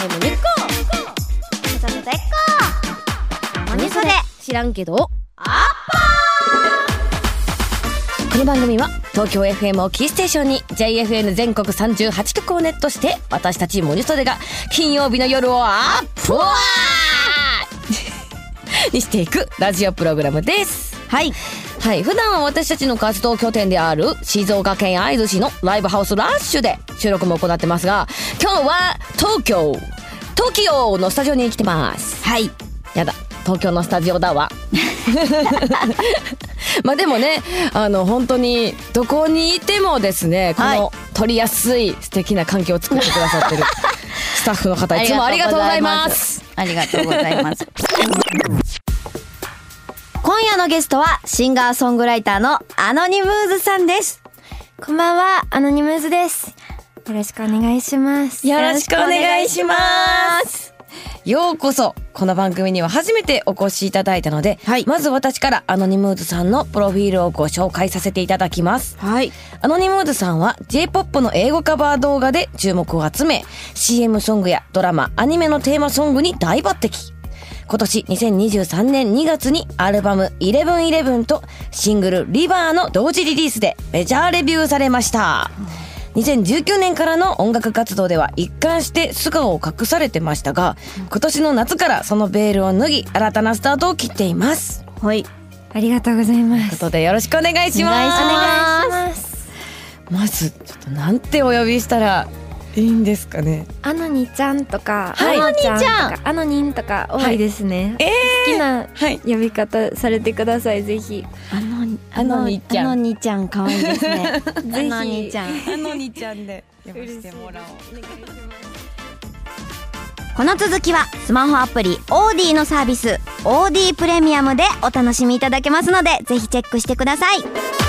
はいもにっこちょっとでっこ何それ知らんけどアッこの番組は東京 FM をキーステーションに JFN 全国38局をネットして私たちモニソデが金曜日の夜をアップワーにしていくラジオプログラムです。 はいはい、普段は私たちの活動拠点である静岡県会津市のライブハウスラッシュで収録も行ってますが、今日は東京のスタジオに来てます。 はいやだ東京のスタジオだわまあでもね本当にどこにいてもですねこの撮りやすい素敵な環境を作ってくださってるスタッフの方いつもありがとうございます。 ありがとうございます今夜のゲストはシンガーソングライターのアノニムーズさんです。 こんばんは、アノニムーズです。よろしくお願いします。 よろしくお願いします。ようこそ。この番組には初めてお越しいただいたので、はい、まず私からアノニムーズさんのプロフィールをご紹介させていただきます。 はい。 アノニムーズさんは J-POP の英語カバー動画で注目を集め、CM ソングやドラマ、アニメのテーマソングに大抜擢。今年2023年2月にアルバム1111とシングルリバーの同時リリースでメジャーレビューされました。2019年からの音楽活動では一貫して素顔を隠されてましたが、今年の夏からそのベールを脱ぎ新たなスタートを切っています。 はい、 ありがとうございます。 ということでよろしくお願いします。 お願いします。 まずちょっとなんてお呼びしたらいいんですかね。 アノニちゃんとか、 はい、 アノちゃんとかアノニンとか多いですね、 はい、 好きな呼び方されてください、ぜひ。 アノニちゃん可愛いですねぜひアノニちゃんで呼ばせてもらおう。 この続きはスマホアプリオーディのサービスオーディプレミアムでお楽しみいただけますのでぜひチェックしてください。